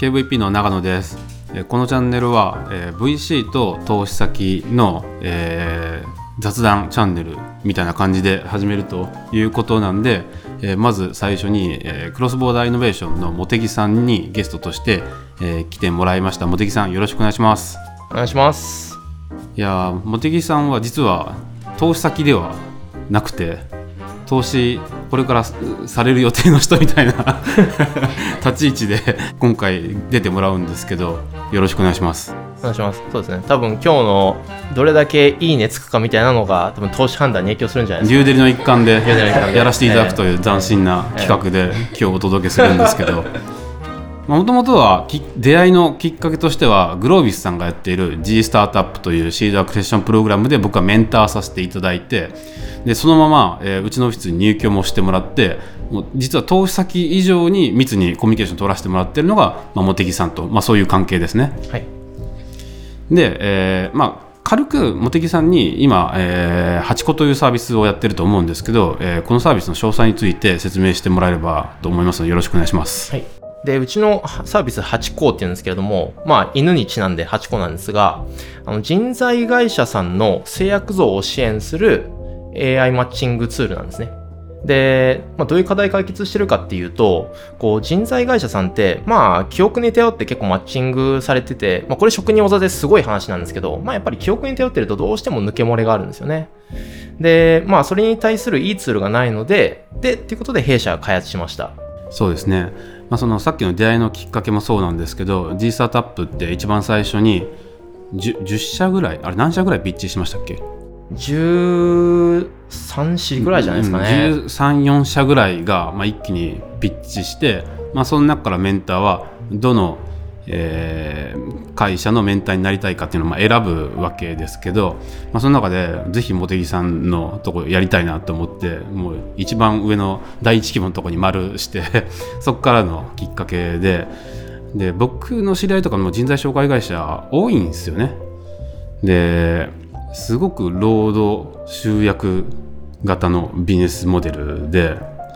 KVP の長野です。このチャンネルは VC と投資先の雑談チャンネルみたいな感じで始めるということなんで、まず最初にクロスボーダーイノベーションの茂木さんにゲストとして来てもらいました。茂木さん、よろしくお願いします。 お願いします。 いや、茂木さんは実は投資先ではなくて、投資これからされる予定の人みたいな立ち位置で今回出てもらうんですけど、よろしくお願いします。 お願いします。そうですね。多分今日のどれだけいいねつくかみたいなのが多分投資判断に影響するんじゃないですか。 デューデリの一環でやらせていただくという斬新な企画で今日お届けするんですけど、もともとは出会いのきっかけとしてはグロービスさんがやっている G スタートアップというシードアクセッションプログラムで僕はメンターさせていただいて、でそのまま、うちのオフィスに入居もしてもらって、もう実は投資先以上に密にコミュニケーションを取らせてもらっているのが、茂木さんと、そういう関係ですね。 はい。 で、軽く茂木さんに今、ハチコというサービスをやってると思うんですけど、このサービスの詳細について説明してもらえればと思いますので、よろしくお願いします。 はい。でうちのサービスハチ公っていうんですけれども、犬にちなんでハチ公なんですが、人材会社さんの制約増を支援する AI マッチングツールなんですね。で、どういう課題解決してるかっていうと、人材会社さんって記憶に頼って結構マッチングされてて、これ職人技ですごい話なんですけど、やっぱり記憶に頼ってるとどうしても抜け漏れがあるんですよね。で、それに対するいいツールがないのでっていうことで弊社が開発しました。 そうですね。そのさっきの出会いのきっかけもそうなんですけど、 G スタートアップって一番最初に 10社ぐらい、あれ何社ぐらいピッチしましたっけ 13社ぐらいじゃないですかね。 13、4社ぐらいが、一気にピッチして、その中からメンターはどの、会社のメンターになりたいかっていうのを選ぶわけですけど、その中でぜひ茂木さんのところやりたいなと思って、もう一番上の第一希望のところに丸してそこからのきっかけで、僕の知り合いとかも人材紹介会社多いんですよね。ですごく労働集約型のビジネスモデルで、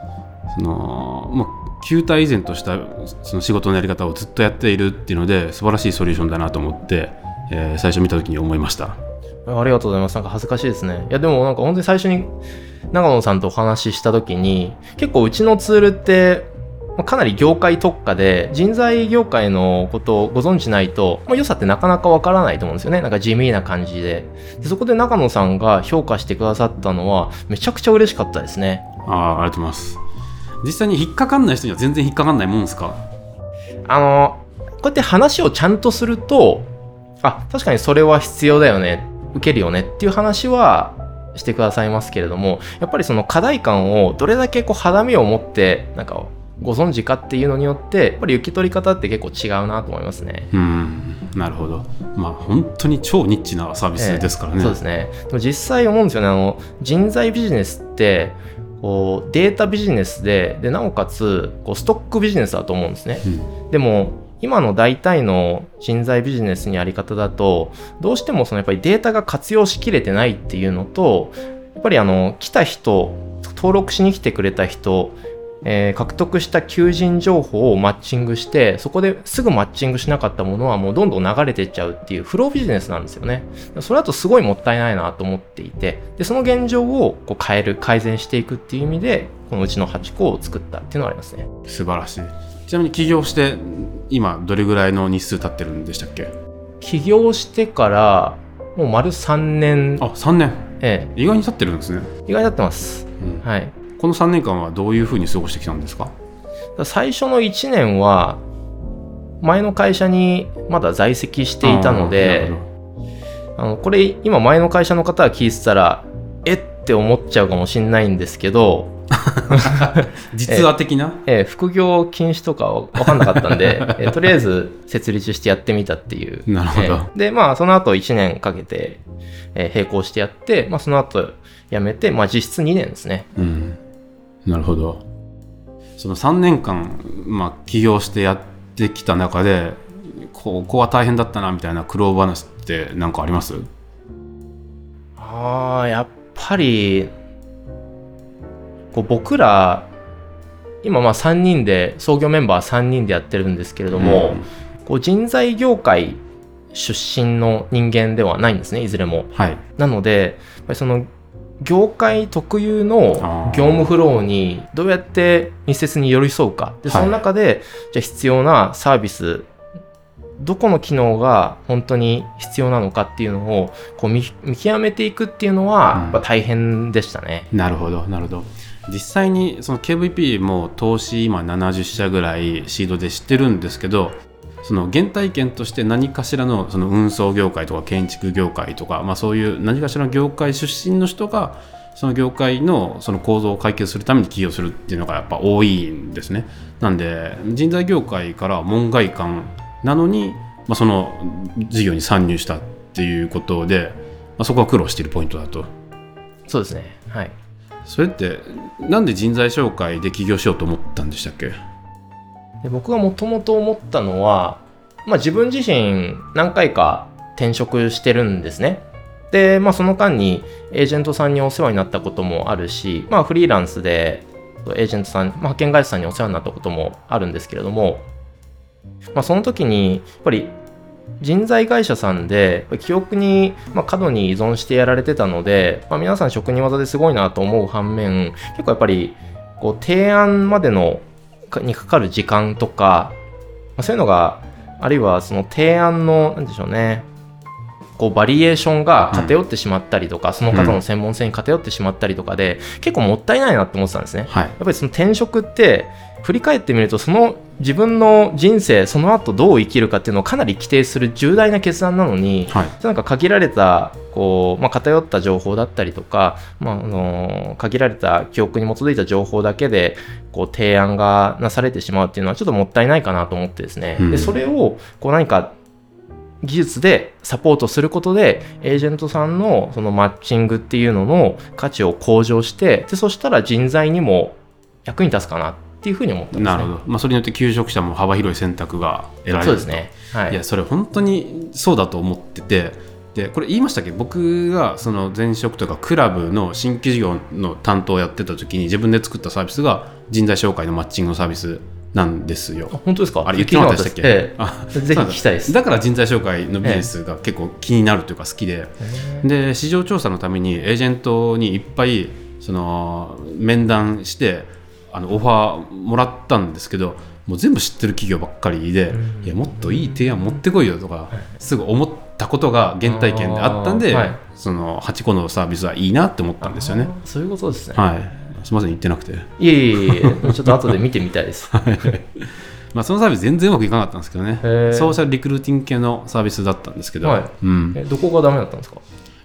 旧態依然としたその仕事のやり方をずっとやっているっていうので、素晴らしいソリューションだなと思って、最初見た時に思いました。 ありがとうございます。なんか恥ずかしいですね。いやでもなんか本当に最初に長野さんとお話しした時に、結構うちのツールってかなり業界特化で、人材業界のことをご存知ないと、良さってなかなかわからないと思うんですよね。なんか地味な感じで。そこで長野さんが評価してくださったのはめちゃくちゃ嬉しかったですね。 ありがとうございます。実際に引っかかんない人には全然引っかかんないもんですか？ こうやって話をちゃんとすると、確かにそれは必要だよね、受けるよねっていう話はしてくださいますけれども、やっぱりその課題感をどれだけ肌身を持ってなんかご存知かっていうのによって、やっぱり受け取り方って結構違うなと思いますね。 なるほど。本当に超ニッチなサービスですからね。 そうですね。でも実際思うんですよね。人材ビジネスってデータビジネスでなおかつストックビジネスだと思うんですね。でも今の大体の人材ビジネスにあり方だと、どうしてもやっぱりデータが活用しきれてないっていうのと、やっぱり来た人、登録しに来てくれた人、獲得した求人情報をマッチングして、そこですぐマッチングしなかったものはもうどんどん流れていっちゃうっていうフロービジネスなんですよね。それだとすごいもったいないなと思っていて、でその現状を改善していくっていう意味で、このうちのハチ公を作ったっていうのがありますね。 素晴らしい。ちなみに起業して今どれぐらいの日数経ってるんでしたっけ？ 起業してからもう丸3年。 3年。意外に経ってるんですね。 意外に経ってます。はい。 この3年間はどういうふうに過ごしてきたんですか？ 最初の1年は前の会社にまだ在籍していたので、これ今前の会社の方が聞いてたらって思っちゃうかもしれないんですけど実話的な、 副業禁止とか分かんなかったんでとりあえず設立してやってみたっていう。 なるほど。 でその後1年かけて、並行してやって、その後辞めて、実質2年ですね。 なるほど。その3年間、起業してやってきた中で、ここは大変だったなみたいな苦労話って何かあります？ やっぱり僕ら今3人で創業メンバー3人でやってるんですけれども、こう人材業界出身の人間ではないんですね、いずれも。 はい、 なのでやっぱりその業界特有の業務フローにどうやって密接に寄り添うかで、その中でじゃあ必要なサービス、どこの機能が本当に必要なのかっていうのをこう見極めていくっていうのはやっぱ大変でしたね。 なるほどなるほど。実際にその KVP も投資今70社ぐらいシードで知ってるんですけど、その原体験として何かしらのその運送業界とか建築業界とか、そういう何かしらの業界出身の人がその業界のその構造を解決するために起業するっていうのがやっぱ多いんですね。なんで人材業界から門外漢なのに、その事業に参入したっていうことで、そこは苦労しているポイントだと。 そうですね。はい。 それってなんで人材紹介で起業しようと思ったんでしたっけ？ で僕がもともと思ったのは、自分自身何回か転職してるんですね。で、その間にエージェントさんにお世話になったこともあるし、フリーランスでエージェントさん、派遣会社さんにお世話になったこともあるんですけれども、その時にやっぱり人材会社さんで記憶に過度に依存してやられてたので、皆さん職人技ですごいなと思う反面、結構やっぱりこう提案までのにかかる時間とか、そういうのが、あるいはその提案のなんでしょうね、こうバリエーションが偏ってしまったりとか、その方の専門性に偏ってしまったりとかで、結構もったいないなって思ってたんですね。やっぱりその転職って振り返ってみると、その自分の人生その後どう生きるかっていうのをかなり規定する重大な決断なのに、なんか限られたこう、偏った情報だったりとか、限られた記憶に基づいた情報だけでこう提案がなされてしまうっていうのはちょっともったいないかなと思ってですね、でそれをこう何か技術でサポートすることでエージェントさんのそのマッチングっていうのの価値を向上して、でそしたら人材にも役に立つかなっていうふうに思ったんですね。 なるほど。それによって求職者も幅広い選択が得られると。 そうですね。はい。 いや、それ本当にそうだと思ってて、でこれ言いましたっけ？僕がその前職とかクラブの新規事業の担当をやってた時に自分で作ったサービスが人材紹介のマッチングのサービスなんですよ。 本当ですか？ あれ言ってなかったでしたっけ？ ぜひ聞きたいです。 だから人材紹介のビジネスが結構気になるというか好きで、で市場調査のためにエージェントにいっぱいその面談してオファーもらったんですけど、もう全部知ってる企業ばっかりで、いやもっといい提案持ってこいよとかすぐ思ったことが原体験であったんで、その8個のサービスはいいなって思ったんですよね。 そういうことですね。 はい。すみません、言ってなくて。 いえちょっと後で見てみたいです。 そのサービス全然うまくいかなかったんですけどね。ソーシャルリクルーティング系のサービスだったんですけど、 どこがダメだったんですか？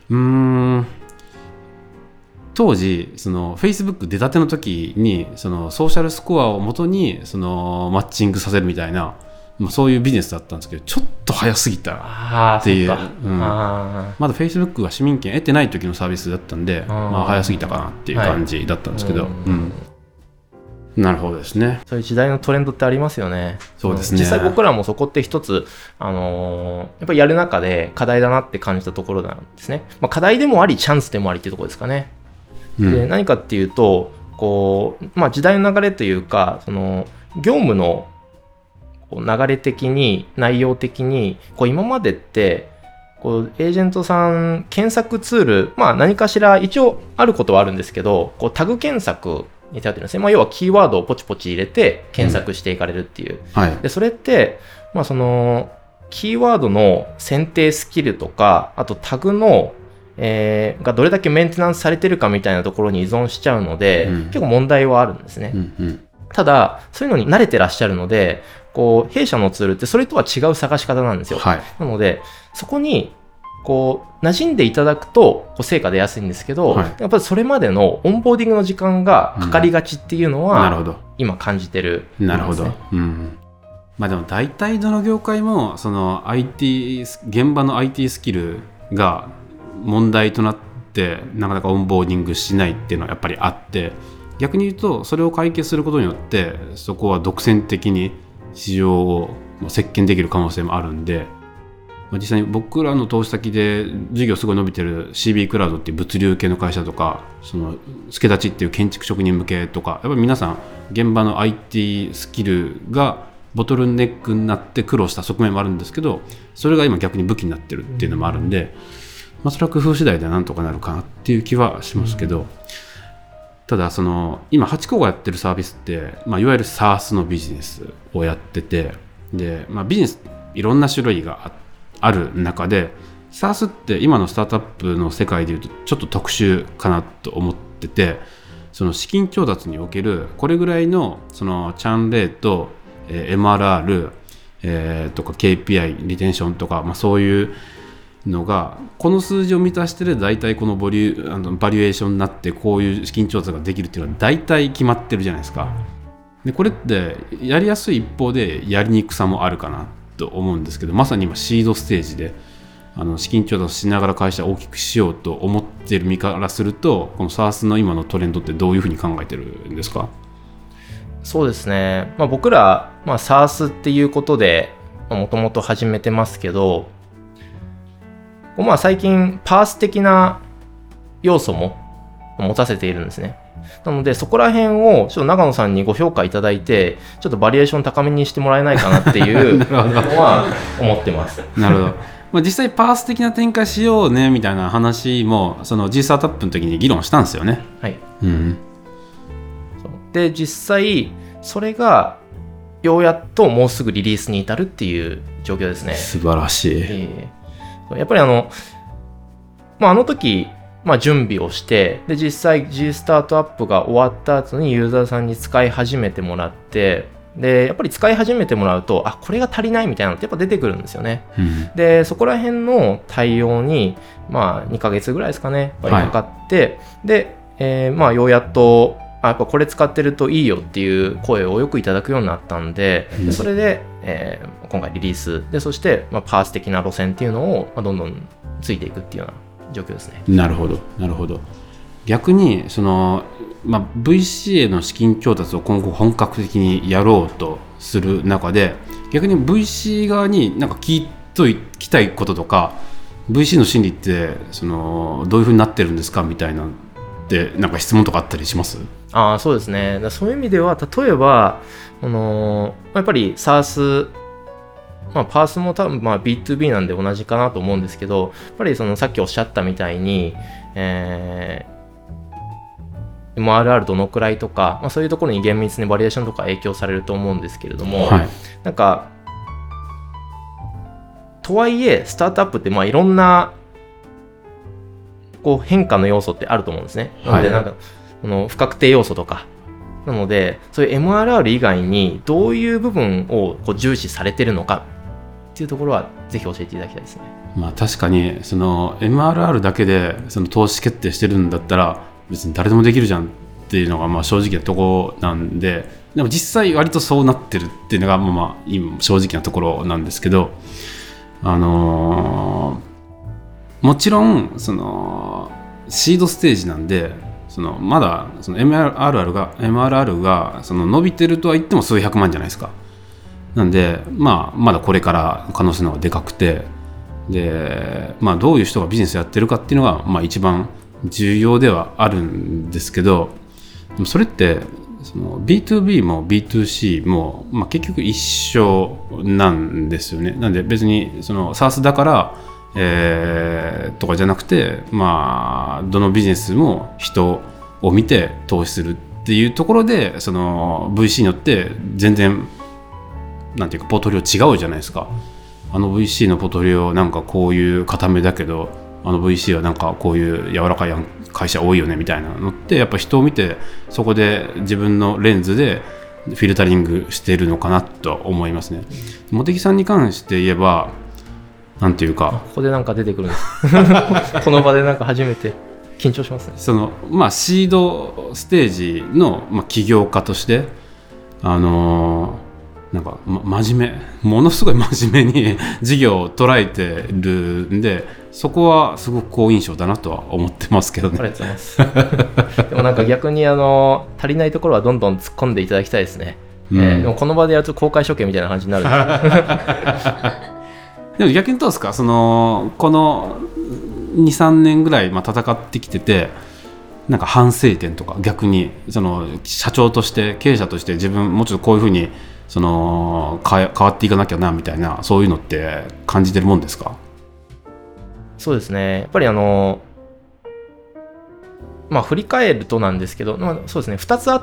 当時その Facebook 出たての時にそのソーシャルスコアを元にそのマッチングさせるみたいな、そういうビジネスだったんですけど、ちょっと早すぎたっていう。まだ Facebook が市民権得てない時のサービスだったんで、早すぎたかなっていう感じだったんですけど、なるほどですね。 そういう時代のトレンドってありますよね。 そうですね。 実際僕らもそこって一つ、やっぱりやる中で課題だなって感じたところなんですね。課題でもありチャンスでもありっていうところですかね。で何かっていうとこう、時代の流れというか、その業務の流れ的に内容的にこう今までってこうエージェントさん検索ツール、何かしら一応あることはあるんですけど、こうタグ検索に頼ってるんですね。要はキーワードをポチポチ入れて検索していかれるっていう、でそれって、そのキーワードの選定スキルとか、あとタグのがどれだけメンテナンスされてるかみたいなところに依存しちゃうので、結構問題はあるんですね。ただそういうのに慣れてらっしゃるので、こう弊社のツールってそれとは違う探し方なんですよ。なのでそこにこう馴染んでいただくとこう成果出やすいんですけど、やっぱりそれまでのオンボーディングの時間がかかりがちっていうのは、今感じてる、 なるほど。でも大体どの業界もその IT 現場の IT スキルが問題となってなかなかオンボーディングしないっていうのはやっぱりあって、逆に言うとそれを解決することによってそこは独占的に市場を席巻できる可能性もあるんで、 実際に僕らの投資先で事業すごい伸びてる CB クラウドっていう物流系の会社とか、その助立ちっていう建築職人向けとか、やっぱり皆さん現場の IT スキルがボトルネックになって苦労した側面もあるんですけど、それが今逆に武器になってるっていうのもあるんで、それは工夫次第ではなんとかなるかなっていう気はしますけど、ただその今ハチ公がやってるサービスって、いわゆる SaaS のビジネスをやってて、で、ビジネスいろんな種類がある中で SaaS って今のスタートアップの世界でいうとちょっと特殊かなと思ってて、その資金調達におけるこれぐらいのそのチャンレート、MRR、とか KPI リテンションとか、そういうのがこの数字を満たしてで大体このバリュエーションになってこういう資金調達ができるっていうのは大体決まってるじゃないですか。でこれってやりやすい一方でやりにくさもあるかなと思うんですけど、まさに今シードステージで資金調達しながら会社を大きくしようと思っている身からすると、この SaaS の今のトレンドってどういうふうに考えてるんですか？ そうですね、僕ら、SaaS っていうことでもともと始めてますけど、最近パース的な要素も持たせているんですね。なのでそこら辺をちょっと長野さんにご評価いただいて、ちょっとバリエーション高めにしてもらえないかなっていうのは思ってます。 なるほど。実際パース的な展開しようねみたいな話もその G スタートアップの時に議論したんですよね。 はい。で実際それがようやっともうすぐリリースに至るっていう状況ですね。 素晴らしい。 やっぱりあの時準備をして、で実際 G スタートアップが終わった後にユーザーさんに使い始めてもらって、でやっぱり使い始めてもらうとこれが足りないみたいなのってやっぱ出てくるんですよね。でそこら辺の対応に2ヶ月ぐらいですかねかかって、で、ようやっとやっぱこれ使ってるといいよっていう声をよくいただくようになったんで、それで、今回リリースで、そして、パース的な路線っていうのを、どんどんついていくっていうような状況ですね。 なるほどなるほど。逆にその、VC への資金調達を今後本格的にやろうとする中で、逆に VC 側になんか聞きたいこととか、 VC の心理ってそのどういう風になってるんですかみたいなってなんか質問とかあったりします？ そうですね。そういう意味では例えばやっぱり SaaS、パースも多分B2B なんで同じかなと思うんですけど、やっぱりそのさっきおっしゃったみたいに、MRR どのくらいとか、そういうところに厳密にバリエーションとか影響されると思うんですけれども、なんかとはいえスタートアップっていろんな変化の要素ってあると思うんですね。なのでなんか不確定要素とか、なのでそういう MRR 以外にどういう部分を重視されてるのかっていうところはぜひ教えていただきたいですね。 確かにその MRR だけでその投資決定してるんだったら別に誰でもできるじゃんっていうのが正直なところなんで、でも実際割とそうなってるっていうのが今正直なところなんですけど、もちろんそのシードステージなんで、そのまだその MRR がその伸びてるとは言っても数百万じゃないですか。なんでまだこれから可能性の方がでかくて、でどういう人がビジネスやってるかっていうのが一番重要ではあるんですけど、でもそれってその B2B も B2C も、結局一緒なんですよね。なんで別にその SaaS だからとかじゃなくて、どのビジネスも人を見て投資するっていうところで、その VC によって全然なんていうかポートフォリオ違うじゃないですか。VC のポートフォリオなんかこういう固めだけど、VC はなんかこういう柔らかい会社多いよねみたいなのって、やっぱ人を見てそこで自分のレンズでフィルタリングしているのかなと思いますね。茂木さんに関して言えばなんていうか、 ここでなんか出てくるんですこの場でなんか初めて緊張しますね。 そのシードステージの起業家としてなんか、真面目、ものすごい真面目に事業を捉えてるんで、そこはすごく好印象だなとは思ってますけどね。 ありがとうございますでもなんか逆に足りないところはどんどん突っ込んでいただきたいですね。でもこの場でやると公開処刑みたいな感じになるんですでも逆にどうですか、この 2,3 年ぐらい戦ってきてて、なんか反省点とか、逆に社長として経営者として自分もうちょっとこういうふうに変わっていかなきゃなみたいな、そういうのって感じてるもんですか？ そうですね、やっぱり振り返るとなんですけど、そうですね、2つあって、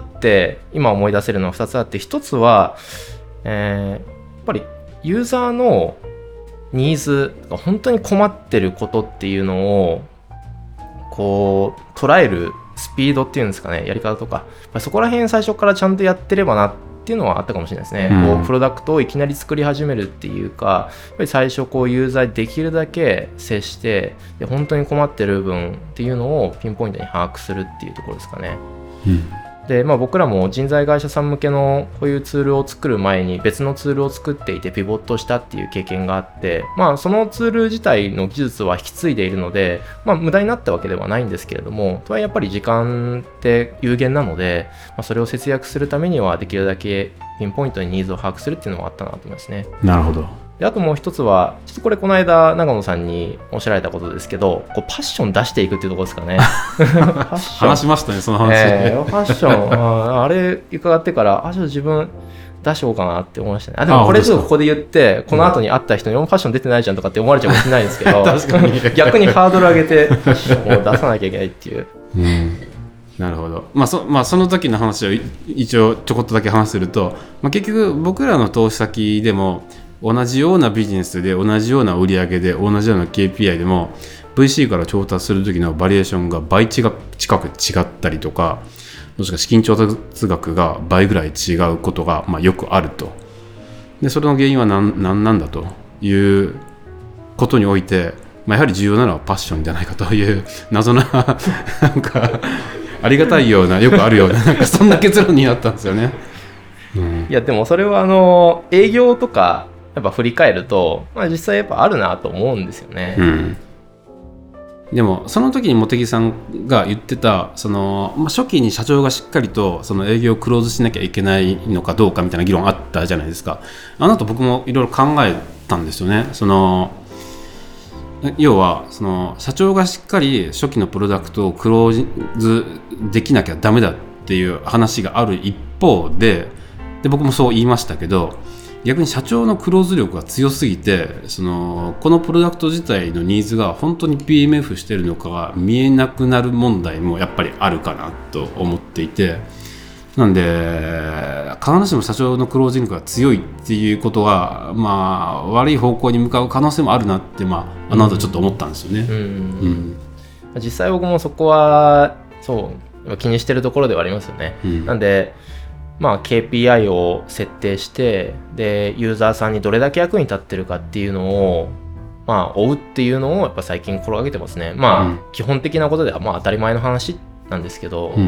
今思い出せるのは2つあって、1つは、やっぱりユーザーのニーズが本当に困ってることっていうのをこう捉えるスピードっていうんですかね、やり方とか、そこら辺最初からちゃんとやってればなっていうのはあったかもしれないですね。こうプロダクトをいきなり作り始めるっていうか、やっぱり最初こうユーザーにできるだけ接して、で本当に困ってる部分っていうのをピンポイントに把握するっていうところですかね。で僕らも人材会社さん向けのこういうツールを作る前に別のツールを作っていてピボットしたっていう経験があって、そのツール自体の技術は引き継いでいるので、無駄になったわけではないんですけれども、とはいえやっぱり時間って有限なので、それを節約するためにはできるだけピンポイントにニーズを把握するっていうのもあったなと思いますね。 なるほど。 であともう一つは、ちょっとこれこの間長野さんにおっしゃられたことですけど、こうパッション出していくっていうところですかね。 話しましたね、その話。 パッションあれ伺ってからちょっと自分出しようかなって思いましたね。でもこれちょっとここで言ってこの後に会った人にファッション出てないじゃんとかって思われちゃうかもしれないですけど確かに逆にハードル上げてファッションを出さなきゃいけないっていう。 なるほど。その時の話を一応ちょこっとだけ話すると、結局僕らの投資先でも同じようなビジネスで同じような売り上げで同じような KPI でも VC から調達する時のバリエーションが倍近く違ったりとか、もしくは資金調達額が倍ぐらい違うことがよくあると。でそれの原因は何なんだということにおいて、やはり重要なのはパッションじゃないかという謎ななんかありがたいようなよくあるような、なんかそんな結論になったんですよね。 いやでもそれは営業とかやっぱ振り返ると、実際やっぱあるなと思うんですよね。 でもその時に茂木さんが言ってた初期に社長がしっかりとその営業をクローズしなきゃいけないのかどうかみたいな議論あったじゃないですか。あの後僕もいろいろ考えたんですよね。要は社長がしっかり初期のプロダクトをクローズできなきゃダメだっていう話がある一方で僕もそう言いましたけど、逆に社長のクローズ力が強すぎてこのプロダクト自体のニーズが本当に PMF してるのかが見えなくなる問題もやっぱりあるかなと思っていて、なんで必ずしも社長のクローズ力が強いっていうことは悪い方向に向かう可能性もあるなってあの後ちょっと思ったんですよね。 実際僕もそこはそう気にしてるところではありますよね。なんでKPI を設定して、でユーザーさんにどれだけ役に立ってるかっていうのを追うっていうのをやっぱ最近心がけてますね。基本的なことでは当たり前の話なんですけど、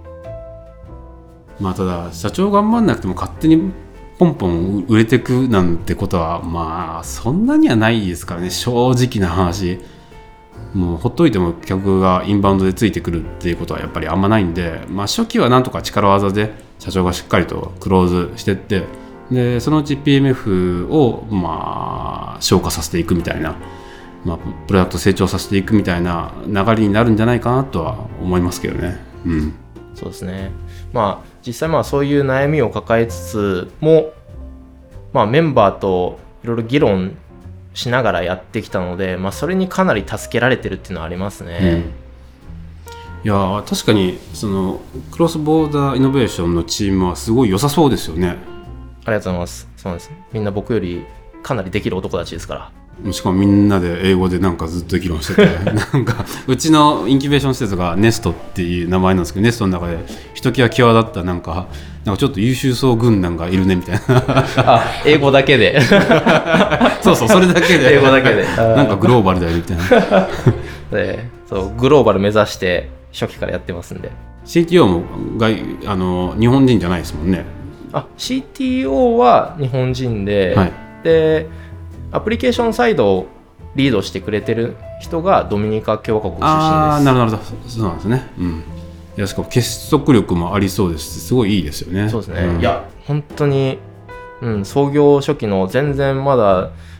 ただ社長頑張んなくても勝手にポンポン売れてくなんてことはそんなにはないですからね、正直な話。もうほっといても客がインバウンドでついてくるっていうことはやっぱりあんまないんで、初期はなんとか力技で社長がしっかりとクローズしていって、でそのうち PMF を消化させていくみたいな、プロダクト成長させていくみたいな流れになるんじゃないかなとは思いますけどね。 そうですね。実際そういう悩みを抱えつつも、メンバーといろいろ議論しながらやってきたので、それにかなり助けられてるっていうのはありますね。 いや確かにクロスボーダーイノベーションのチームはすごい良さそうですよね。ありがとうございます。そうなんです。みんな僕よりかなりできる男たちですから。 しかもみんなで英語でなんかずっと議論しててなんかうちのインキュベーション施設がネストっていう名前なんですけど、ネストの中でひときわ際立ったなんかちょっと優秀そう軍団がいるねみたいな英語だけでそうそれだけで英語だけでなんかグローバルだよみたいなでグローバル目指して初期からやってますんで。 CTO も日本人じゃないですもんね。 CTO は日本人で、でアプリケーションサイドをリードしてくれてる人がドミニカ共和国出身です。 なるほど、そうなんですね。いやしかも結束力もありそうですし、すごいいいですよね。 そうですね。いや本当に、創業初期の全然まだ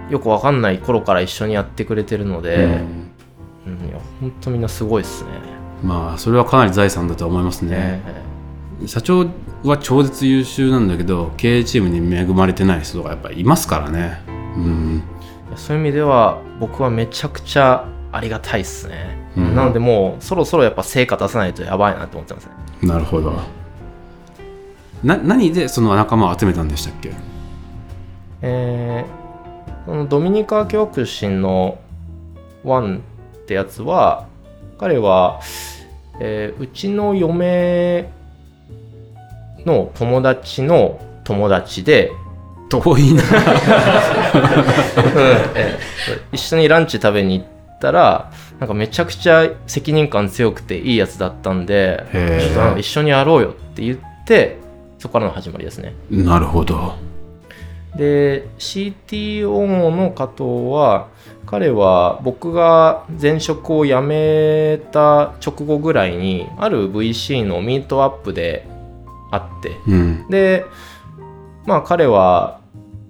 よくわかんない頃から一緒にやってくれてるので、いや本当みんなすごいですね。 まあそれはかなり財産だと思いますね。社長は超絶優秀なんだけど経営チームに恵まれてない人がやっぱりいますからね。 そういう意味では僕はめちゃくちゃありがたいですね。なのでもうそろそろやっぱ成果出さないとやばいなと思ってますね。 なるほど。何でその仲間を集めたんでしたっけ？ そのドミニカ共和国出身のワンってやつは彼は、うちの嫁の友達の友達で遠いな一緒にランチ食べに行ったらなんかめちゃくちゃ責任感強くていいやつだったんでちょっとなんか一緒にやろうよって言ってそこからの始まりですね。 なるほど。 で CTO の加藤は彼は僕が前職を辞めた直後ぐらいにある VC のミートアップで会って、でまあ彼は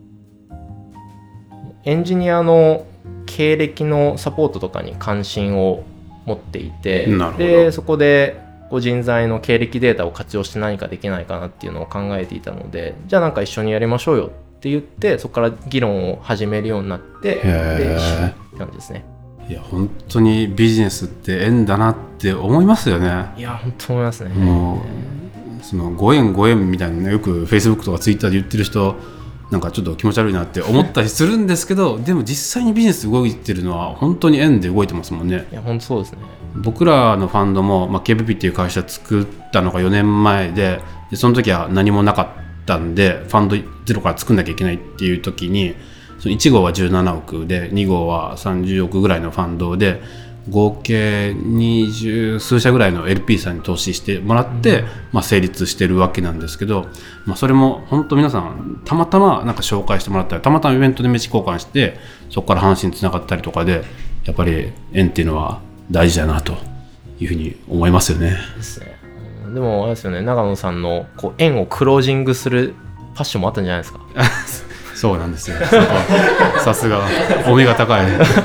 エンジニアの経歴のサポートとかに関心を持っていて、でそこで人材の経歴データを活用して何かできないかなっていうのを考えていたので、じゃあなんか一緒にやりましょうよって言ってそこから議論を始めるようになってで感じですね。 いや本当にビジネスって縁だなって思いますよね。 いや本当思いますね。 もうそのご縁みたいなねよく Facebook とか Twitter で言ってる人なんかちょっと気持ち悪いなって思ったりするんですけどでも実際にビジネス動いてるのは本当に縁で動いてますもんね。 いや本当そうですね。 僕らのファンドも、KVP っていう会社作ったのが4年前でその時は何もなかったんでファンドゼロから作んなきゃいけないっていう時にその1号は17億で2号は30億ぐらいのファンドで合計20数社ぐらいの LP さんに投資してもらって、成立してるわけなんですけど、それも本当皆さんたまたまなんか紹介してもらったりたまたまイベントで飯交換してそこから話につながったりとかでやっぱり縁っていうのは大事だなというふうに思いますよね。 ですね。でもあれですよね、長野さんのこう縁をクロージングするパッションもあったんじゃないですか。 そうなんですよ。さすがお目が高い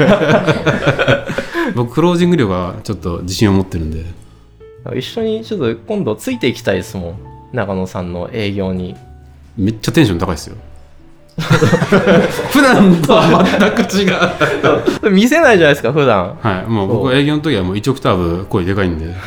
僕クロージング量がちょっと自信を持ってるんで一緒にちょっと今度ついていきたいですもん、長野さんの営業に。 めっちゃテンション高いですよ普段とは全く違う見せないじゃないですか普段。 はい、もう僕は営業の時はもう1オクターブ声でかいんで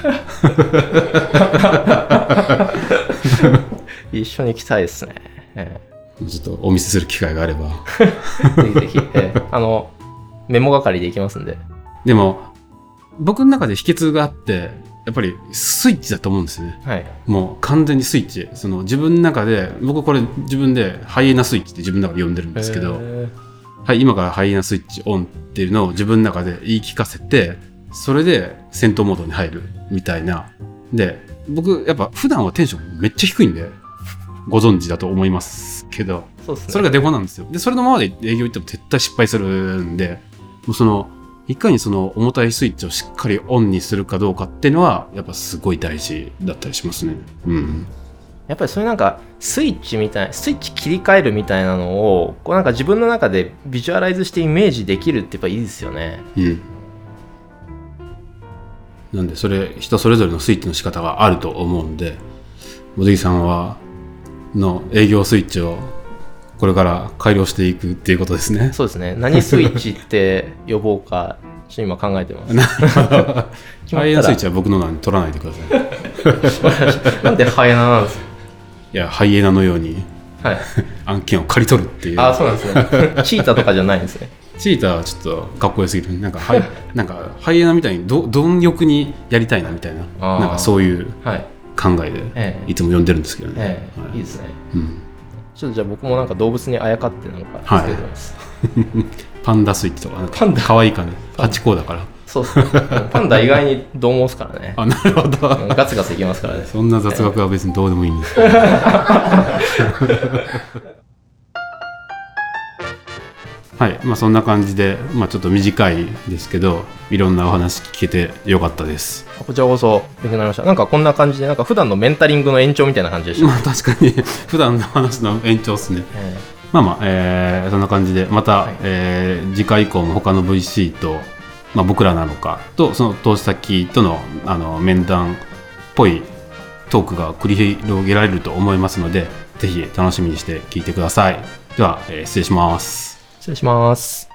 一緒に行きたいですね。 ちょっとお見せする機会があればぜひぜひ、メモ係で行きますんで。 でも僕の中で秘訣があってやっぱりスイッチだと思うんですよね、はい、もう完全にスイッチその自分の中で僕これ自分でハイエナスイッチって自分の中で呼んでるんですけど、はい、今からハイエナスイッチオンっていうのを自分の中で言い聞かせてそれで戦闘モードに入るみたいな。で僕やっぱ普段はテンションめっちゃ低いんでご存知だと思いますけどそうですね、 それがデフォなんですよ。でそれのままで営業行っても絶対失敗するんでもうそのいかにその重たいスイッチをしっかりオンにするかどうかっていうのはやっぱすごい大事だったりしますね。 やっぱりそういうなんかスイッチ切り替えるみたいなのをこうなんか自分の中でビジュアライズしてイメージできるってやっぱいいですよね。 なんでそれ人それぞれのスイッチの仕方があると思うんで茂木さんはの営業スイッチをこれから改良していくっていうことですね。 そうですね。何スイッチって呼ぼうかちょっと今考えてます。 ハイエナスイッチは僕の名に取らないでください。なんでハイエナなんですか？ いやハイエナのように、 はい、 案件を借り取るっていう。 あ、そうなんですね。チーターとかじゃないんですね。 チーターはちょっとかっこよすぎる。なんかハイエナみたいに貪欲にやりたいなみたいな、なんかそういう考えでいつも呼んでるんですけどね。 いいですね。ちょっとじゃあ僕もなんか動物にあやかってなんかつけてます。 パンダスイッチとかパンダ可愛いかね。ハチ公だから。 そうですね。パンダ意外に獰猛ですからね。 あ、なるほど。 ガツガツいきますからね。 そんな雑学は別にどうでもいいんですはい、そんな感じで、ちょっと短いですけどいろんなお話聞けてよかったです。 こちらこそ勉強になりました。なんかこんな感じでなんか普段のメンタリングの延長みたいな感じでした。 確かに普段の話の延長ですね。 まあまあ、そんな感じでまた、次回以降も他の VC と、僕らなのかとその投資先との、面談っぽいトークが繰り広げられると思いますので、ぜひ楽しみにして聞いてください。では、失礼します。 失礼します。